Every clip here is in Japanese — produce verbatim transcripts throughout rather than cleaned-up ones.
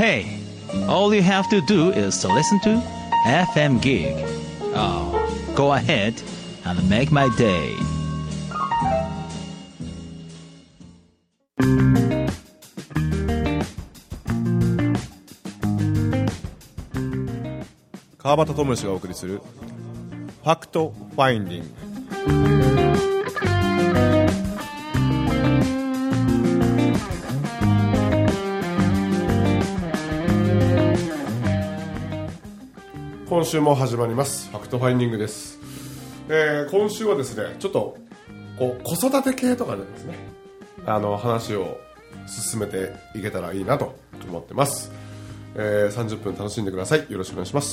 Hey, all you have to do is to listen to エフエム Gig. Oh, go ahead and make my day. 川端智之がお送りするファクトファインディング。今週も始まりますファクトファインディングです。えー、今週はですね、ちょっとこう子育て系とかでですね、あの話を進めていけたらいいなと思ってます。えー、さんじゅっぷん楽しんでください。よろしくお願いします。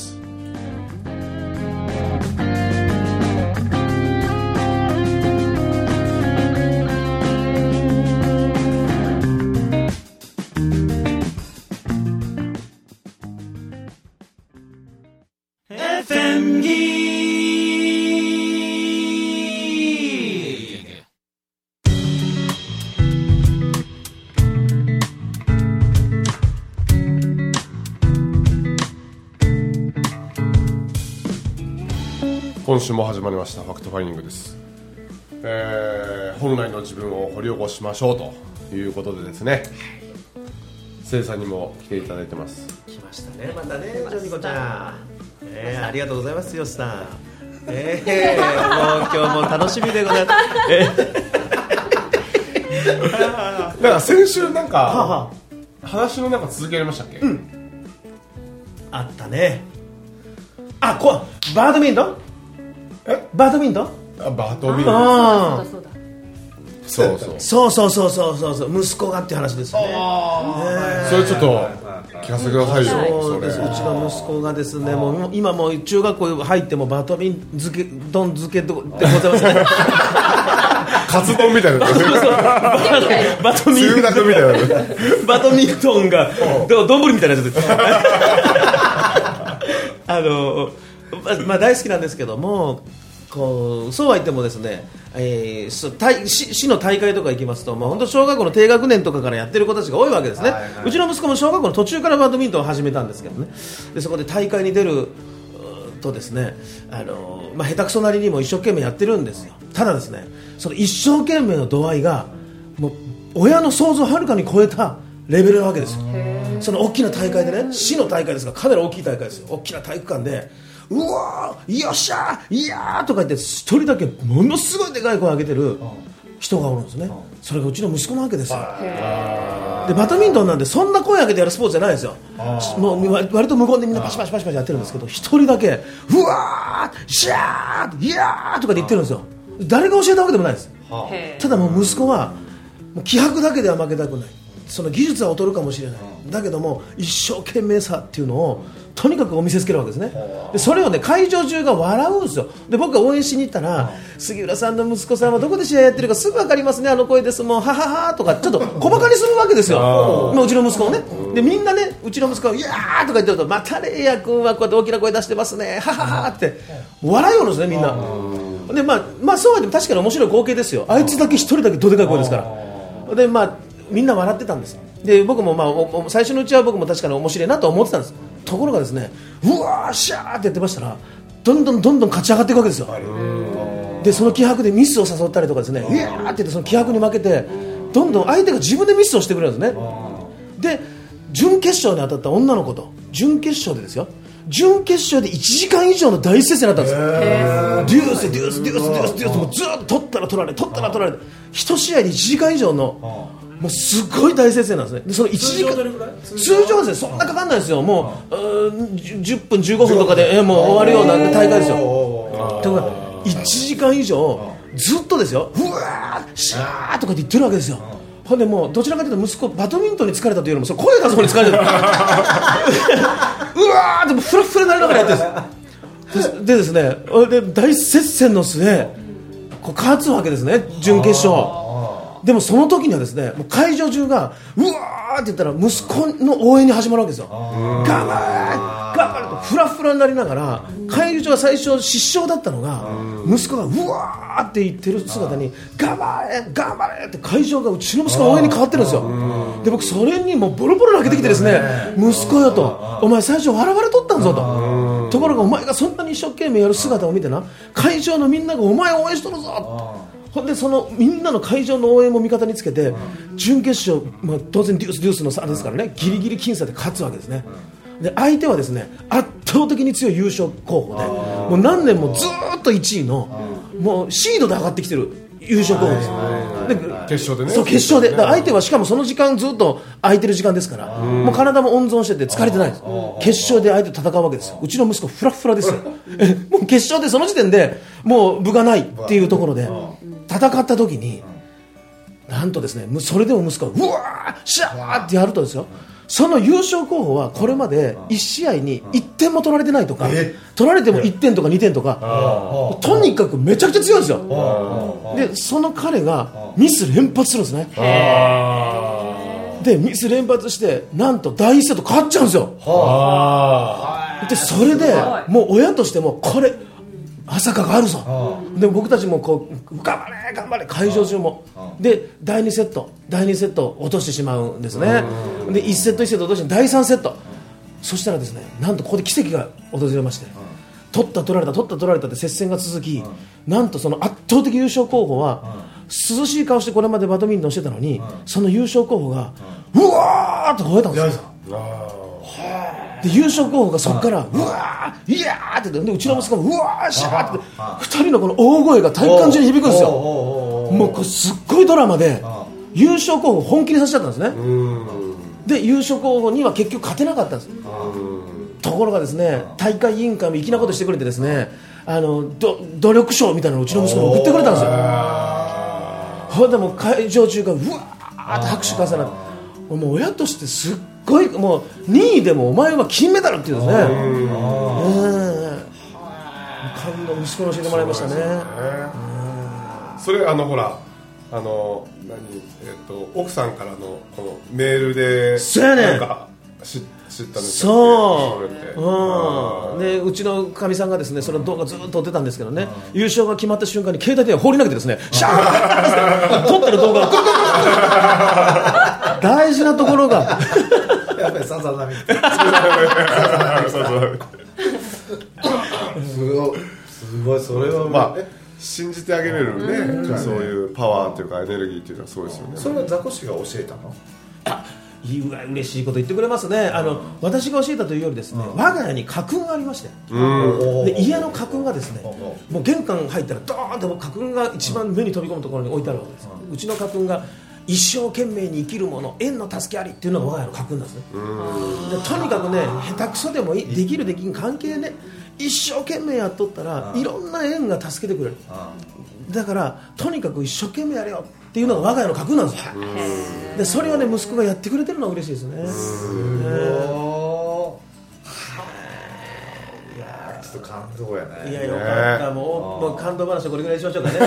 今週も始まりましたファクトファインディングです。えー、本来の自分を掘り起こしましょうということでですね、せいさんにも来ていただいてます。 来ましたね、またね、ジョニコちゃん、えー、ありがとうございます、よしさん。えー、もう今日も楽しみでございます。えー、だから先週なんかはは話のなんか続きありましたっけ？うん、 あったね。あ、こうバドミントン？え？バドミントン？ あ、バドミントン。あ、 そうそうそうそうそうそうそうそう、息子がって話ですよね。 あ、それちょっと聞かせてくださいよ。 そうです、うちの息子がですね、もう今もう中学校入ってもバドミントン漬けでございますね。 カツ丼みたいな。 バドミントンみたいな。バドミントンが丼みたいなやつです。あのまあ大好きなんですけども、こうそうは言ってもですね、えー、市, 市の大会とか行きますと、まあ、本当小学校の低学年とかからやってる子たちが多いわけですね、はいはいはい、うちの息子も小学校の途中からバドミントンを始めたんですけどね。でそこで大会に出るとですね、あの、まあ、下手くそなりにも一生懸命やってるんですよ。ただですね、その一生懸命の度合いがもう親の想像をはるかに超えたレベルなわけですよ。その大きな大会でね、市の大会ですがかなり大きい大会ですよ。大きな体育館でうわーよっしゃーいやーとか言って一人だけものすごいでかい声を上げてる人がおるんですね。それがうちの息子なわけですよ。でバドミントンなんでそんな声上げてやるスポーツじゃないですよ。もう割と無言でみんなパシパシパシパシやってるんですけど、一人だけうわーシャーいやーとか言ってるんですよ。誰が教えたわけでもないです。ただもう息子はもう気迫だけでは負けたくない。その技術は劣るかもしれない、だけども一生懸命さっていうのをとにかくお見せつけるわけですね。でそれをね、会場中が笑うんですよ。で僕が応援しに行ったら、杉浦さんの息子さんはどこで試合やってるかすぐ分かりますね、あの声です、もうはははとかちょっと小バカにするわけですよ。もううちの息子をね。でみんなね、うちの息子がいやーとか言ってると、またレイヤ君はこうやって大きな声出してますね、はははって笑いよるんですね、みんな。でまあ、まあそうは言っても確かに面白い光景ですよ。あいつだけ一人だけどでかい声ですから。でまあみんな笑ってたんです。で僕もまあ最初のうちは僕も確かに面白いなと思ってたんです。ところがですね、うわーシャーってやってましたら、どんどんどんどん勝ち上がっていくわけですよ。でその気迫でミスを誘ったりとかですね、うわーって言ってその気迫に負けてどんどん相手が自分でミスをしてくれるんですね。で準決勝に当たった女の子と準決勝でですよ、準決勝でいちじかん以上の大接戦だったんですよ。デュースデュースデュースデュースデュース、もうずっと取ったら取られ取ったら取られ、一試合でいちじかん以上のもうすごい大接戦なんですね。でそのいちじかん通常はですね、そんなかかんないですよ。もうじゅっぷんじゅうごふんとかでえもう終わるような大会ですよ。ところがいちじかん以上ずっとですよ、うわーシャーとかって言ってるわけですよ。ほんでもうどちらかというと息子バドミントンに疲れたというよりもそれ声出す方に疲れてる。うわーってもうフラフラになりながらやってるんです。でですね、で大接戦の末こう勝つわけですね、準決勝。でもその時にはですね、もう会場中がうわーって言ったら息子の応援に始まるわけですよ。頑張れ頑張れとフラフラになりながら、会場中は最初失笑だったのが、息子がうわーって言ってる姿に頑張れ頑張れって会場がうちの息子の応援に変わってるんですよ。 で僕それにもうボロボロ泣けてきてですね、息子よと、お前最初笑われとったんぞと、ところがお前がそんなに一生懸命やる姿を見てな、会場のみんながお前を応援しとるぞ、ほんでそのみんなの会場の応援も味方につけて、準決勝、まあ、当然デュースデュースの差ですからね、ギリギリ僅差で勝つわけですね。で相手はですね圧倒的に強い優勝候補で、もう何年もずーっといちいの、もうシードで上がってきてる優勝候補です。で決勝でね。 そう決勝で、だから相手はしかもその時間ずっと空いてる時間ですから、もう体も温存してて疲れてないです。決勝で相手と戦うわけですよ。うちの息子フラフラですよ。えもう決勝でその時点でもう分がないっていうところで戦った時に、なんとですね、それでも息子がうわーシャーってやるとですよ、その優勝候補はこれまでいち試合にいってんも取られてないとか、取られてもいってんとかにてんとか、とにかくめちゃくちゃ強いんですよ。でその彼がミス連発するんですね。でミス連発してなんとだいいちセット勝っちゃうんですよ。でそれでもう親としてもこれまさかがあるぞ。で僕たちもこう頑張れ頑張れ、会場中もでだいにセットだいにセット落としてしまうんですね。でいちセットいちセット落としてだいさんセット、そしたらですね、なんとここで奇跡が訪れまして、取った取られた取った取られたって接戦が続き、なんとその圧倒的優勝候補は涼しい顔してこれまでバドミントンしてたのに、その優勝候補がうわーって吠えたんですよ。で優勝候補がそこからうわーいやーって言って、でうちの息子もうわーしゃーってふたりのこの大声が体育館中に響くんですよ。もうこれすっごいドラマで優勝候補を本気にさせちゃったんですね。で優勝候補には結局勝てなかったんです。ところがですね、大会委員会も粋なことしてくれてですね、あのど努力賞みたいなのをうちの息子に送ってくれたんですよ。ほんでもう会場中がうわーって拍手重なって、もう親としてすっごいもうにいでもお前は金メダルっていうんですね。感動、息子に教えてもらいましたね。 それあのほらあの何、えっと、奥さんからのこのメールでそうやねなんか知知ったんですそう、 そうん、でうちのかみさんがですねその動画ずっと撮ってたんですけどね、優勝が決まった瞬間に携帯電話放り投げてですね、シャーッ撮ってる動画を大事なところがやっぱりさざ波すごいすごい、それはまあ信じてあげれるね、そういうパワーというかエネルギーというのはそうですよね。 それはザコシが教えたの？ あ、いいわ、嬉しいこと言ってくれますね。あの私が教えたというよりですね、我が家に家訓がありまして、で家の家訓がですね、もう玄関入ったらドーンと家訓が一番目に飛び込むところに置いてあるわけです。うちの家訓が一生懸命に生きる者縁の助けありっていうのが我が家の家訓なんですね。でとにかくね、下手くそでもいい、できるできん関係ね、一生懸命やっとったらいろんな縁が助けてくれる。だからとにかく一生懸命やれよっていうのが我が家の家訓なんですよ。でそれをね息子がやってくれてるのは嬉しいですね。すごい、 いやちょっと感動やね。 いやよかった、もう、もう感動話はこれぐらいにしましょうかね。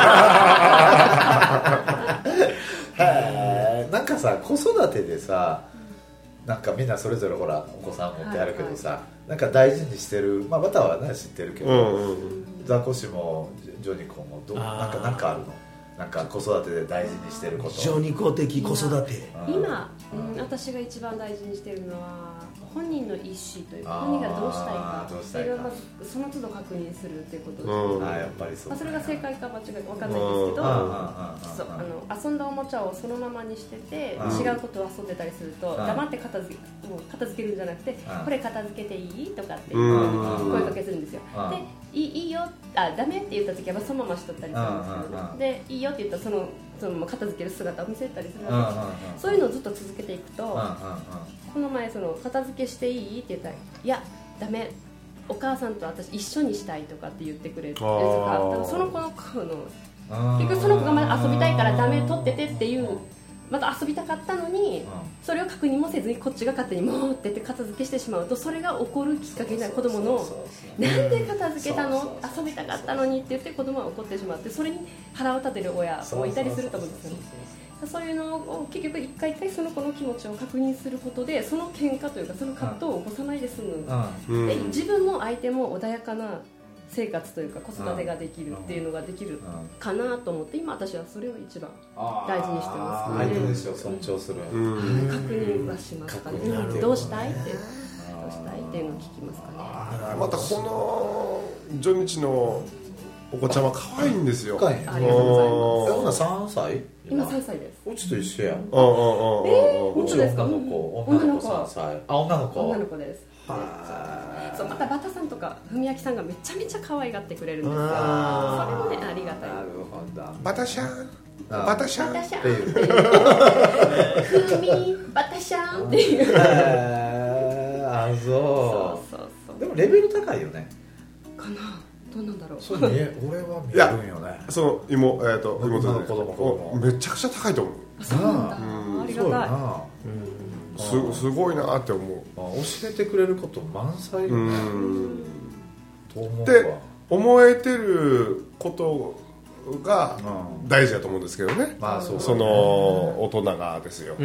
なんかさ、子育てでさ、なんかみんなそれぞれほらお子さん持ってあるけどさ、はいはい、なんか大事にしてる、まあ、または、ね、知ってるけど、うんうん、ザコシもジョニコもどなんかなんかあるの？なんか子育てで大事にしてること。 ジョニコ的子育て。 今、うん、私が一番大事にしてるのは本人の意思というか、本人がどうしたいかっていうのをまずその都度確認するっていうことです、 うん、あやっぱりそう、 まあ、それが正解か間違いか分かんないんですけど、そうあの遊んだおもちゃをそのままにしてて違うことを遊んでたりすると黙って片付け、もう片付けるんじゃなくてこれ片付けていいとかって声かけするんですよ。でいい、いいよ、あ、ダメって言った時はそのまましとったりするんですけど、ね、でいいよって言ったらそのそのまま片付ける姿を見せたりするわけです。そういうのをずっと続けていくと、この前その片付けしていいって言ったら、いやダメ、お母さんと私一緒にしたいとかって言ってくれるとか、多分その子の子の結局その子がまだ遊びたいからダメ取っててっていう、また遊びたかったのにそれを確認もせずにこっちが勝手にもうってって片付けしてしまうと、それが起こるきっかけになる。子供のなんで片付けたの、遊びたかったのにって言って子供は怒ってしまって、それに腹を立てる親もいたりすると思うんですよね。そういうのを結局一回一回その子の気持ちを確認することで、その喧嘩というかその葛藤を起こさないで済む、で自分も相手も穏やかな生活というか子育てができるっていうのができるかなと思って今私はそれを一番大事にしてますね。 相手ですよ尊重する、 うん、確認はしますかね。どうしたいってどうしたいっていうのを聞きますかね。 またこのジョニチのお子ちゃま可愛いんですよ。 可愛い。 ありがとうございます。 さんさい？ 今さんさいです。 うちと一緒やん。 うんうんうんうん。 うちですか？ 女の子、女の子さんさい。あ、女の子。 女の子です。そうまたバタさんとか文明さんがめちゃめちゃ可愛がってくれるんですよ。それもねありがたい。 なるほど。 バタシャン、バタシャン、 バタシャンっていう。 ふみバタシャンっていう。 あ、そう。 そうそうそう。 でもレベル高いよね。 かな。どうなんだろう。 そう見え、俺は見えるんよね。 その妹、えっと妹の子供子供めちゃくちゃ高いと思う。 そうなんだ。ありがたい。 すすごいなって思う。 教えてくれること満載よね。と思うわ。 で思えてることが大事だと思うんですけどね。 まあそう。 その大人がですよ。そう。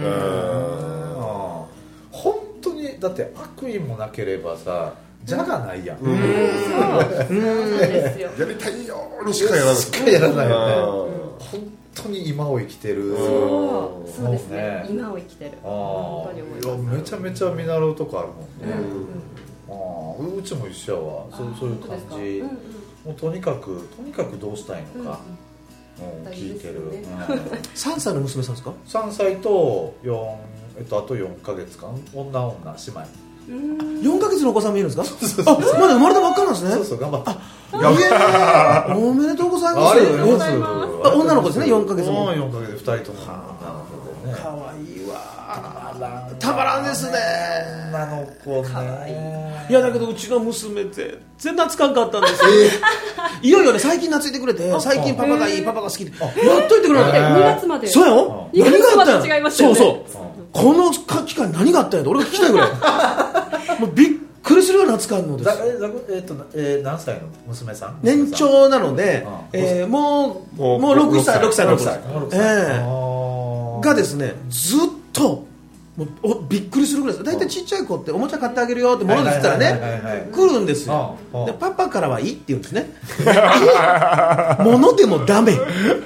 本当にだって悪意もなければさ。じゃがないやん。 そうですよ。 やりたいようにしかやらない。 しかやらないよね。本当に今を生きてる。 そうそうですね。今を生きてる。本当に思います。 めちゃめちゃ見習うとこあるもんね。うちも一緒やわ。そうそういう感じ。もうとにかくとにかくどうしたいのか聞いてる。 さんさいの娘さんですか？ さんさいとよんえっとあとよんかげつか女女姉妹。 よんかげつのお子さんもいるんですか？あ、まだ生まれたばっかなんですね。 そうそう頑張って。 あ、おめでとうございます。 ありがとうございます。 女の子ですね、よんかげつも。 よんかげつふたりとも女の子でね。 可愛いわ。たまらんですね。 女の子ね。 いやだけどうちの娘全然懐かんかったんですよ。いよいよね最近懐いてくれて、最近パパがいい、パパが好きでやっといてくれた。 にがつまで。 そうやろ？ にがつまで違いましたよね。 そうそう。この期間何があったんやと俺が聞きたいぐらい。もうびっくりするような扱いのです。 えっとえ何歳の娘さん？ 年長なので、えもうもうろくさいろくさいろくさいがですねずっともうびっくりするぐらいです。大体ちっちゃい子っておもちゃ買ってあげるよってものですったらね来るんですよ。でパパからはいいって言うんですね。ものでもダメ。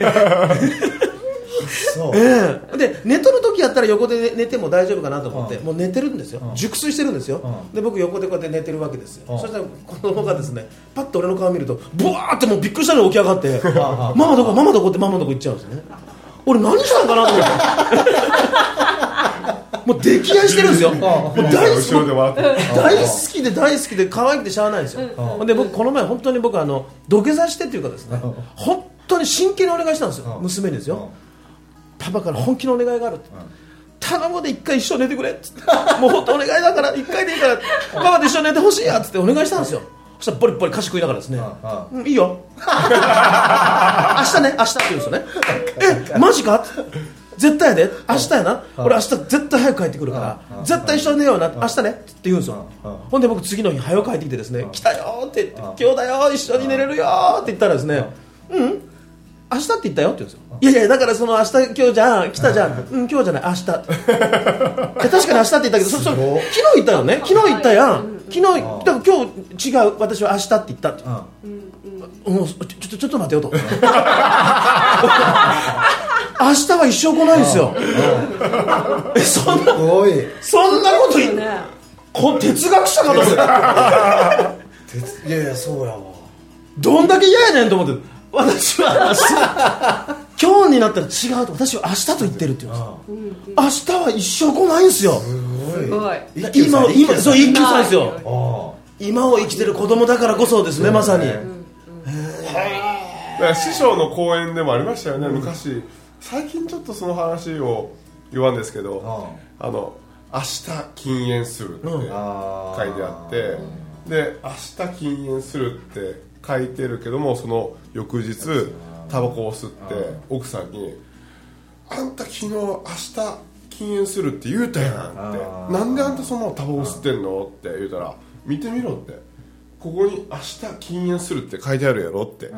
そう、 えー、で寝とる時やったら横で寝ても大丈夫かなと思って、うん、もう寝てるんですよ、うん、熟睡してるんですよ、うん、で僕横でこうやって寝てるわけですよ、うん、そしたら子供がですねパッと俺の顔見るとブワーってもうびっくりしたのに起き上がってママどこママどこってママどこ行っちゃうんですね。俺何したのかなと思ってもう溺愛してるんですよ。もう大好き大好きで大好きで可愛くてしゃあないんですよ、うん、で僕この前本当に僕あの土下座してっていうかですね本当に真剣にお願いしたんですよ、うん、娘にですよ。パパから本気のお願いがあるって、うん、頼むで一回一緒に寝てくれってもう本当お願いだから一回でいいからパパと一緒に寝てほしいやってお願いしたんですよ。そしたらポリポリ菓子食いながらですね、うんうん、いいよ明日ね明日って言うんですよね。えマジか絶対やで明日やな俺明日絶対早く帰ってくるから絶対一緒に寝ような明日ねって言うんですよ。ほんで僕次の日早く帰ってきてですね来たよって言って今日だよ一緒に寝れるよって言ったらですねうん明日って言ったよって言うんですよ。いやいやだからその明日今日じゃん来たじゃん、うん今日じゃない明日確かに明日って言ったけどそそ昨日言ったよね昨日言ったやん昨日だから今日違う私は明日って言ったって、うんうん、ちょちょちょっと待てよと明日は一生来ないんですよ。えそんなそんなこと言うねこ哲学者かと思っていやいやそうやわどんだけ嫌やねんと思って私は今日になったら違うと私は明日と言ってるって言うんですよ。明日は一生来ないんですよ。 すごい今今そう一休さんですよ。今を生きてる子供だからこそですねまさに。 師匠の講演でもありましたよね、うん、昔。最近ちょっとその話を言わんですけど、あの明日禁煙するって書いてあって、うん、で明日禁煙するって書いてるけどもその翌日タバコを吸って奥さんにあんた昨日明日禁煙するって言うたやんってなんであんたそのタバコ吸ってんのって言うたら見てみろってここに明日禁煙するって書いてあるやろって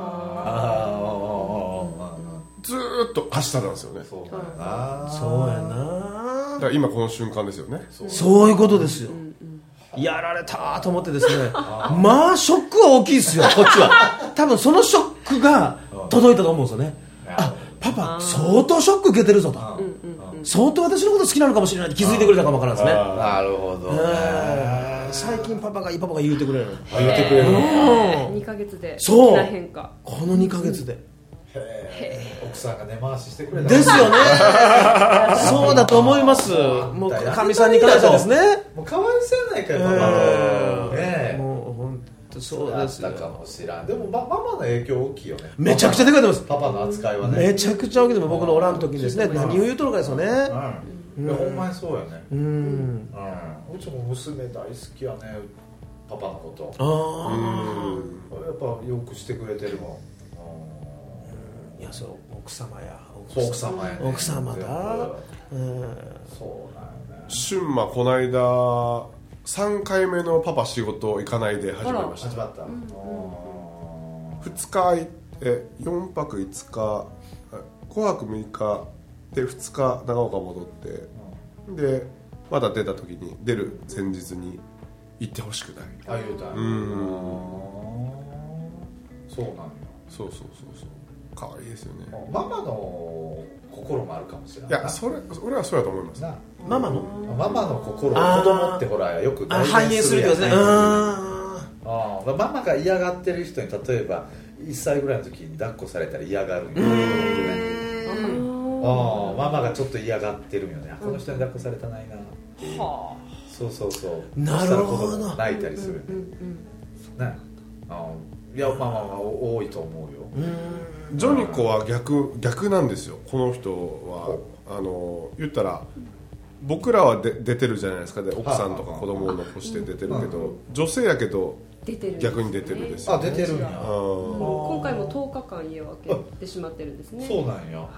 ずーっと明日なんですよね。 そうやなそうやなだから今この瞬間ですよね。 そういうことですよ。 やられたと思ってですねまあショックは大きいですよこっちは多分そのショックが届いたと思うんですよね。あ、パパ相当ショック受けてるぞと、相当私のこと好きなのかもしれないって気づいてくれたかもわからんですね。 なるほど、 えー、最近パパがいいパパが言うてくれる言ってくれる、 えー、にかげつでそう大きな変化、 このにかげつで、 へー、奥さんが根回ししてくれたですよねそうだと思います。もうかみさんに感謝ですね。 もうかわいそうやないかよ、パパの、 えー、もう本当そうですよ。 あったかもしらん。でも、ま、ママの影響大きいよね。 めちゃくちゃでかいと思います。 パパの扱いはねめちゃくちゃ大きいでも僕のおらん時にですね、何を言うとるかですよね。 うん、ほんまにそうやね。 うん、うん、 うちも娘大好きやね、パパのこと。 ああ、 やっぱよくしてくれてるもん。 いや、そう奥様や奥様やね。 奥様だ。うん、 そうなんよね。 春馬この間さんかいめのパパ仕事行かないで始まりました。 始まった。 ふつかえよんぱくいつかごはくむいかでふつか長岡戻って、でまた出た時に出る前日に行ってほしくない。 あ、言うたん。 うん、 そうなんよ。 そうそうそうそう、可愛いですよね。 ママの心もあるかもしれない。 いや、それ俺はそうやと思います。 なママのママの心を子供ってほらよく反映するってことですね。 ああ、ママが嫌がってる人に例えばいっさいぐらいの時に抱っこされたら嫌がるんよね。ああ、ママがちょっと嫌がってるんよね。この人に抱っこされたないなっていう。そうそうそう。 なるほど。 泣いたりするね。ね。ああ、いや、ママは多いと思うよ。 ジョニコは逆逆なんですよ。この人はあの言ったら僕らはで出てるじゃないですか。で奥さんとか子供を残して出てるけど、女性やけど出てる、 逆に出てるですよ、 ね。あ、出てるんや。 今回もとおかかん家を空けてしまってるんですね。 そうなんや。はい。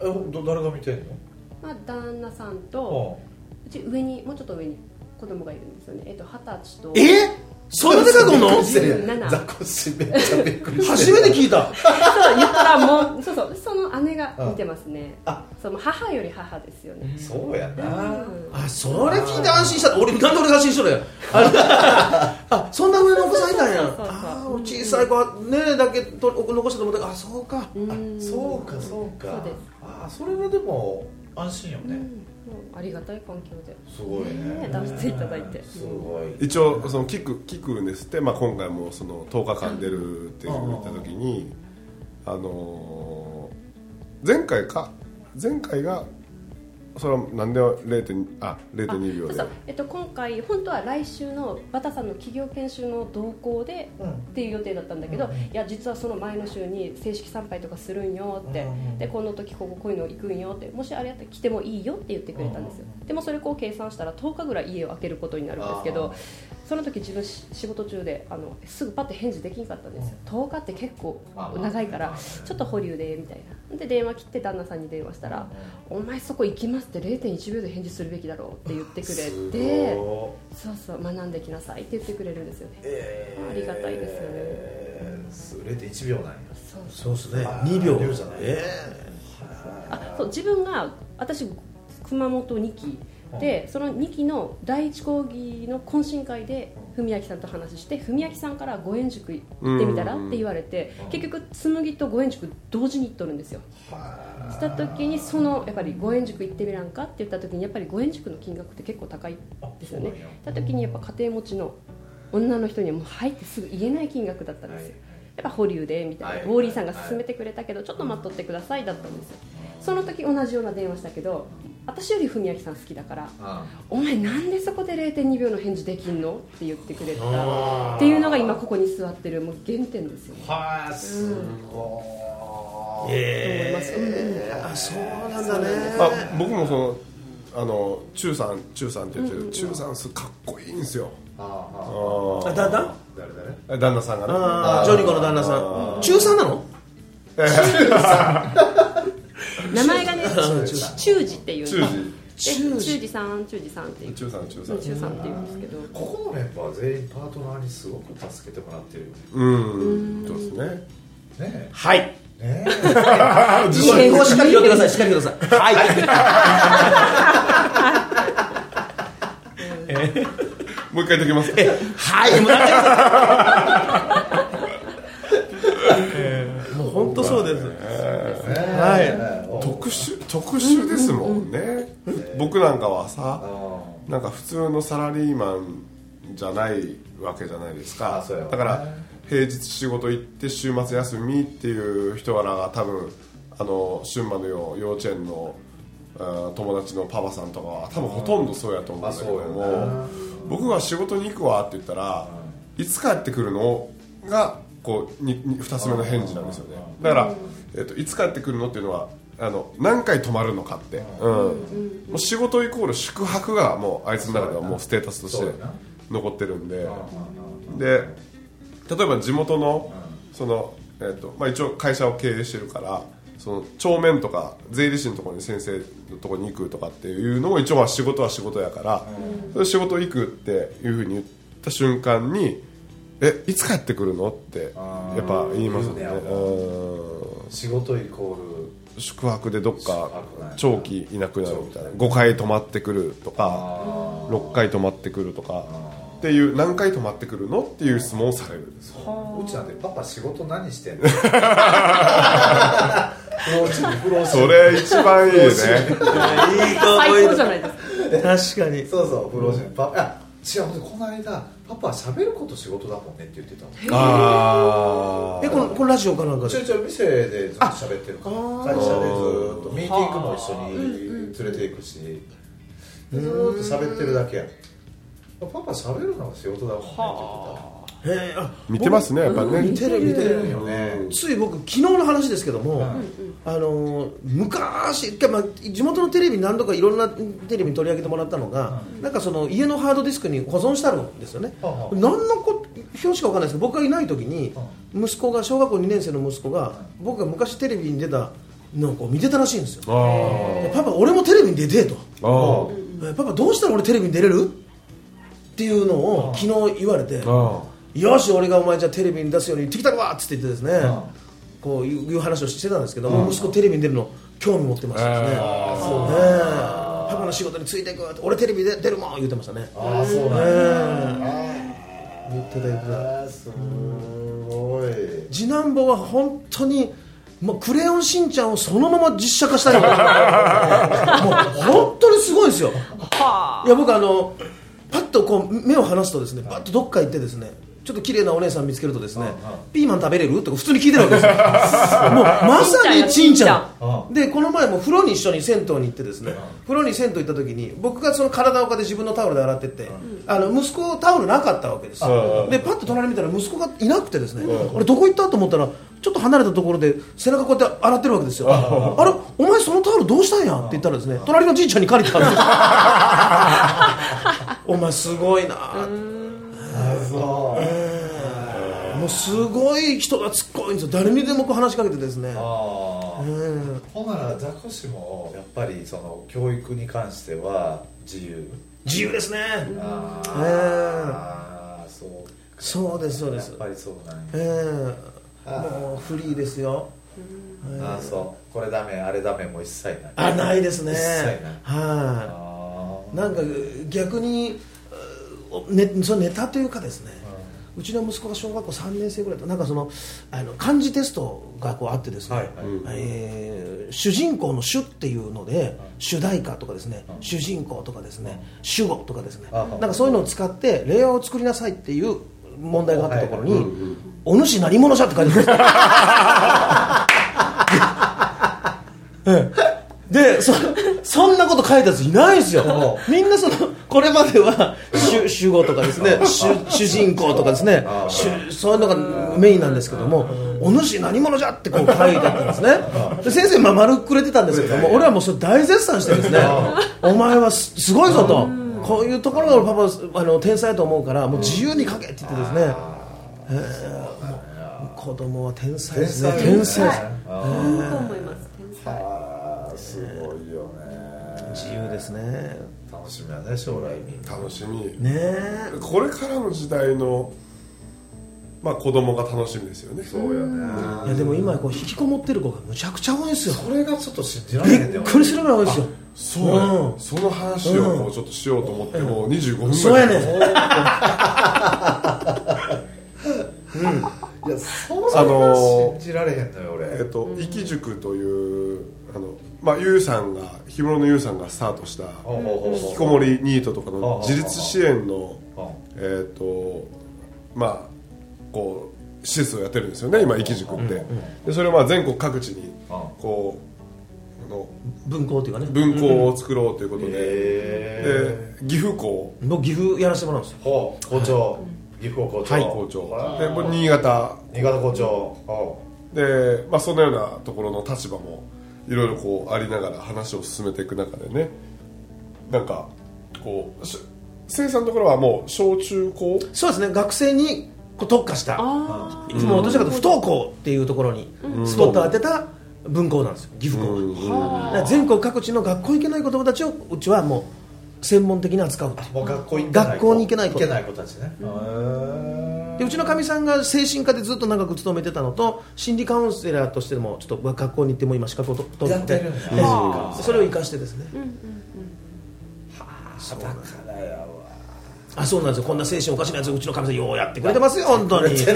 え、誰が見てんの？ まあ旦那さんとうち上にもうちょっと上に子供がいるんですよね。えっとはたちと。 え？そんなでかいの？ ザコシめっちゃびっくりした。 初めて聞いた。 そう言ったらもうそうそうその姉が見てますね。あ、その母より母ですよね。 そうやな。 あ、それ聞いて安心した。俺なんで俺が安心しとるや。あ、そんな上のお子さんいたんや。あ、小さい子はねだけと残したと思った。あ、そうか。 そうかそうか。あ、それはでも安心よね。 ありがたい環境ですごいね出していただいて、 すごい。 一応その聞く聞くんですって、まあ、今回もそのとおかかん出るって言った時に、あのー、前回か前回がそれはなんで れいてんに あ れいてんにびょうで、 そうそう、えっと、今回本当は来週のバタさんの企業研修の同行で、うん、っていう予定だったんだけど、うん、いや実はその前の週に正式参拝とかするんよって、うん、でこの時こここういうの行くんよって、もしあれやったら来てもいいよって言ってくれたんですよ。でもそれこう計算したらとおかぐらい家を空けることになるんですけど、その時自分仕事中であのすぐパッて返事できんかったんですよ。とおかって結構長いからちょっと保留でみたいな。で電話切って旦那さんに電話したら、お前そこ行きますって れいてんいちびょうで返事するべきだろうって言ってくれて、そうそう学んできなさいって言ってくれるんですよね。えー、ありがたいですよね。 れいてんいちびょうなんや。 そうですね。にびょうじゃない。えー、あ、そう自分が私熊本にきで、そのにきの第一講義の懇親会で文明さんと話して、文明さんから五円塾行ってみたらって言われて、結局紬と五円塾同時に行っとるんですよ。した時にそのやっぱり五円塾行ってみらんかって言った時に、やっぱり五円塾の金額って結構高いですよね。した時にやっぱ家庭持ちの女の人にはもう入ってすぐ言えない金額だったんですよ。やっぱ保留でみたいな、ウォーリーさんが勧めてくれたけどちょっと待っとってくださいだったんですよ。その時同じような電話したけど、私より文明さん好きだから、お前なんでそこで れいてんにびょうの返事できんのって言ってくれたっていうのが今ここに座ってるもう原点ですよね。 はあ、すごい。 えー、あ、そうなんだね。 まあ、僕もそのあの中さん中さんって言ってる、うんうん、中さんすかっこいいんですよ。ああ、旦那？ 誰誰？旦那さんがね。 ああ、ジョニコの旦那さん。中さんなの？ 名前がね、中治っていうんです。 中治さん、中治さんっていう。 中さん、中さん。 中さんっていうんですけど。 ここのメンバー全員パートナーにすごく助けてもらってるよね。 うん、そうですね。 ね。 はい。 ね。 自信をしっかり言ってください。しっかり言ってください。はい。 もう一回できますか。 はいもうなっちゃうもう本当そうです、はい、 特殊特殊ですもんね。僕なんかはさ、なんか普通のサラリーマンじゃないわけじゃないですか。だから平日仕事行って週末休みっていう人らが多分あの春馬のよう幼稚園の友達のパパさんとかは多分ほとんどそうやと思うんだけども、僕が仕事に行くわって言ったらいつ帰ってくるのがこうににふたつめの返事なんですよね。だから、えーと、いつ帰ってくるのっていうのはあの何回泊まるのかって、うん、もう仕事イコール宿泊がもうあいつの中ではもうステータスとして残ってるんで、で例えば地元のその、えーとまあ、一応会社を経営してるからその帳面とか税理士のところに先生のところに行くとかっていうのも一応まあ仕事は仕事やから、それ仕事行くっていうふうに言った瞬間にえいつ帰ってくるのってやっぱ言いますね。 仕事イコール宿泊でどっか長期いなくなるみたいな、ごかい泊まってくるとかろっかい泊まってくるとかっていう何回泊まってくるのっていう質問をされるんですよ。 うちなんてパパ仕事何してんのそれ一番いいね。いい最高じゃないですか。確かにそうそう不老人パパ違うこの間パパは喋ること仕事だもんねって言ってたの。 あえこのこのラジオかなんかでちょいちょい店でずっと喋ってるから会社でずっとミーティングも一緒に連れていくしずっと喋ってるだけや。パパ喋るのが仕事だもんねって言ってた。 へあ見てますねやっぱね。 見てる見てるよね。つい僕昨日の話ですけども、うん、あの昔、まあ、地元のテレビ何度かいろんなテレビに取り上げてもらったのが、うん、なんかその家のハードディスクに保存してあるんですよね、うん、何のこ表紙か分かんないですけど僕がいない時に息子が小学校にねん生の息子が僕が昔テレビに出たのを見てたらしいんですよ。パパ俺もテレビに出てとパパどうしたら俺テレビに出れるっていうのを昨日言われてよし俺がお前じゃあテレビに出すように言ってきたわっつって言ってですね、うん、こういう話をしてたんですけど、うん、息子テレビに出るの興味持ってましたですね、えーそうねー、パパの仕事についていく俺テレビで出るもん言ってましたね。 ああそうなんだ、 えー、言ってた言ってた。 すごい。 次男坊は本当にもうクレヨンしんちゃんをそのまま実写化したいもう本当にすごいですよ。いや僕あのパッとこう目を離すとですね、パッとどっか行ってですね、ちょっと綺麗なお姉さん見つけるとですね、ピーマン食べれるとか普通に聞いてるわけですよ。もうまさにちんちゃんで、この前も風呂に一緒に銭湯に行ってですね、風呂に銭湯行った時に僕がその体をかで自分のタオルで洗ってって、あの息子タオルなかったわけですよ。でパッと隣見たら息子がいなくてですね、俺どこ行ったと思ったらちょっと離れたところで背中こうやって洗ってるわけですよ。あれお前そのタオルどうしたんやって言ったらですね、隣のじいちゃんに借りたんですよ。お前すごいなあ、そう、えー、もうすごい人が突っ込いんですよ。誰にでもこう話しかけてですね。 あ、えー、ほならザコシもやっぱりその教育に関しては自由自由ですね。 あ、 えー、 あ、そうそうですそうです。 やっぱりそうなんや、 えー、もうフリーですよ。 えー、あ、そうこれダメあれダメもう一切ない。 あ、ないですね。 一切ない。 はい、なんか逆にね、そのネタというかですね、うん、うちの息子が小学校さんねん生ぐらいとなんかそのあの漢字テストがこうあってですね、はいはい、えー、主人公の主っていうので、うん、主題歌とかですね、うん、主人公とかですね、うん、主語とかですね、うん、なんかそういうのを使って令和を作りなさいっていう問題があったところに、はいはい、うんうん、お主何者じゃって書いてあるんです。で そ, そんなこと書いたやついないですよ。みんなそのこれまでは 主, 主語とかですね、 主, 主人公とかですね、そういうのがメインなんですけども、お主何者じゃってこう書いてあったんですね。で先生まあ丸くれてたんですけども、俺はもうそれ大絶賛してですね、お前は す, すごいぞと、こういうところが俺パパあの天才だと思うからもう自由に書けって言ってですね、えー、子供は天才ですね。天才です。 本当思います。天才。 すごいよね。 自由ですね。 楽しみだね、将来に。 楽しみね。 これからの時代の、まあ、子供が楽しみですよね。 そうやね。 いやでも今こう引きこもってる子がむちゃくちゃ多いんですよ。 それがちょっと信じられへん。 びっくりするぐらい多いですよ。 そうや、うん、その話をこうちょっとしようと思って、うん、もうにじゅうごふんぐらいそうやねん、うん、いやそれが信じられへんのよ俺。 えっと生き塾というあのまあゆうさんが氷室のゆうさんがスタートした引きこもりニートとかの自立支援のえっとまあこう施設をやってるんですよね今生き塾って。でそれをまあ全国各地にこうの分校というかね分校を作ろうということで、で岐阜校の岐阜やらせてもらうんですよ。 ほう校長、岐阜校長、 はい校長でもう新潟新潟校長で、まあ、そんなようなところの立場もいろいろこうありながら話を進めていく中でね、なんかこう生さんのところはもう小中高、 そうですね、学生に特化した、いつもどちらかというと不登校っていうところにスポットを当てた分校なんですよ、岐阜校は。だから全国各地の学校に行けない子どもたちをうちはもう専門的に扱う。 もう学校に学校に行けない子、 行けない子たちね。 でうちのかみさんが精神科でずっと長く勤めてたのと、心理カウンセラーとしてもちょっと学校に行っても今資格を取ってやってるんだ、 ね、それを生かしてですね、うんうんうん、 はあ、だからやわ。 あ、そうなんですよ、こんな精神おかしなやつうちのかみさんようやってくれてますよ本当に。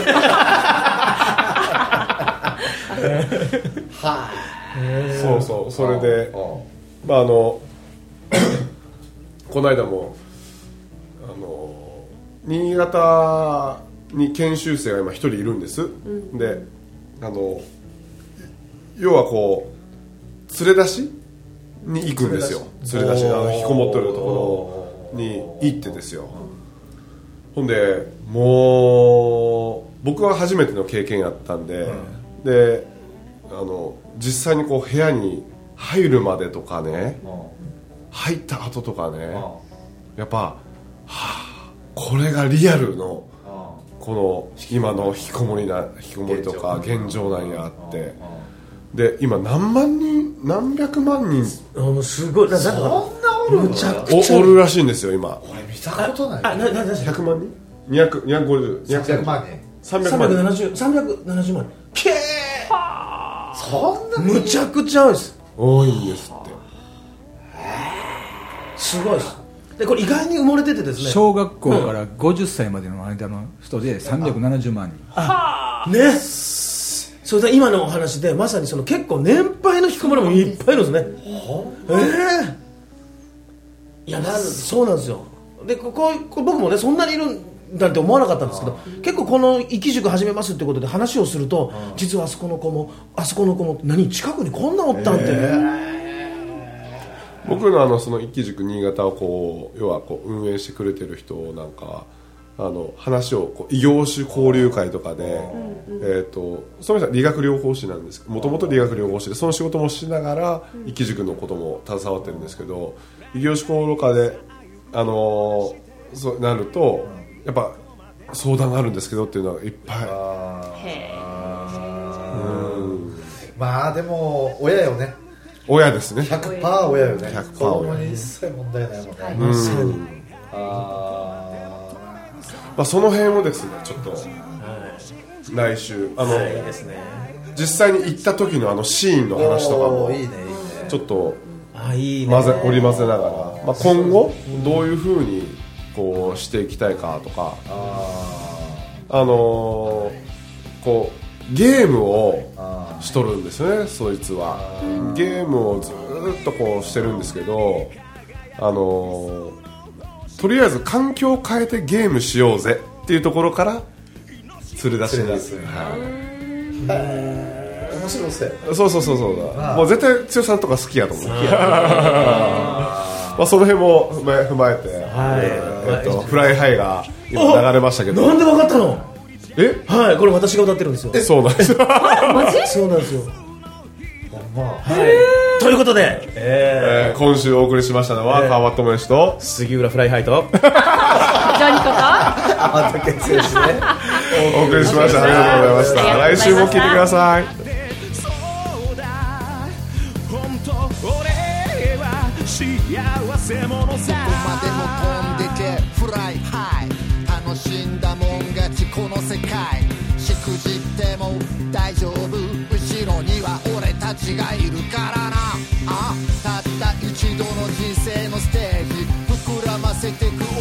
はあ、 そうそう、それでまああのこの間もあの新潟に研修生が今一人いるんです、うん、であの要はこう連れ出しに行くんですよ。連れ出し、あの引きこもってるところに行ってですよ。ほんでもう僕は初めての経験やったんで、うん、であの実際にこう部屋に入るまでとかね、うん、入った後とかね、うん、やっぱ、はあ、これがリアルの、うん、この今の引きこもりな引きこもりとか現状なんやって、うん、で今何万人何百万人、 うん、すごい、なそんなおるの？ むちゃくちゃおるらしいんですよ今。 俺見たことない。 あ、な、な、な、 ひゃくまんにん、にひゃく、にひゃくごじゅう、 さんびゃくまんにん、 さんびゃくまんにん、 さんびゃくななじゅうまんにん、けー、 そんなむちゃくちゃ多いです。 多いんですって。 すごいです。でこれ意外に埋もれててですね、 小学校からごじゅっさいまでの間の人でさんびゃくななじゅうまんにん。 ああね、それで今のお話でまさにその結構年配の引きこもりもいっぱいいるんですね。ええー、いやなんそうなんですよ。でここ僕もねそんなにいるんだって思わなかったんですけど、結構この生き塾始めますってことで話をすると、実はあそこの子もあそこの子も何近くにこんなおったんって、えー僕のあのその生き塾新潟をこう要はこう運営してくれてる人なんかあの話をこう異業種交流会とかで、えー、とその人は理学療法士なんですけど、もともと理学療法士でその仕事もしながら生き塾のことも携わってるんですけど、異業種交流会であのー、そうなるとやっぱ相談があるんですけどっていうのがいっぱい。 うん、まあでも親よね。 親ですね。 ひゃくパーセント 親よね。 ひゃくパーセント子供に一切問題ないもんね、はい、 うん、あまあその辺をですねちょっと来週あの、はい、実際に行った時のあのシーンの話とかもいいねいいねちょっとあいいね混ぜ織り交ぜながら、まあ、今後どういう風にこうしていきたいかとか、あのー、こうゲームをしとるんですよねそいつは。ゲームをずっとこうしてるんですけど、あのー、とりあえず環境を変えてゲームしようぜっていうところから連れ出しに、 はい、面白そう。 そうそうそうそうだ。もう絶対剛さんとか好きやと思う。まあその辺も踏まえて、はいえー、とフライハイが今流れましたけど。 なんで分かったの？ えはい、これ私が歌ってるんですよ。 えそうなんですよ。 マジ？そうなんですよ。 まあ、 はい、ということで、 えーえー、今週お送りしましたのは、えー、川端智之と杉浦フライハイとジョニコとあと決意ですねお送りしました。ありがとうございました。来週も聞いてください。 幸せ者さどこまでも飛んでけフライハイ楽しんだもん勝ちこの世界しくじっても大丈夫後ろには俺たちがいるからなあたった一せてく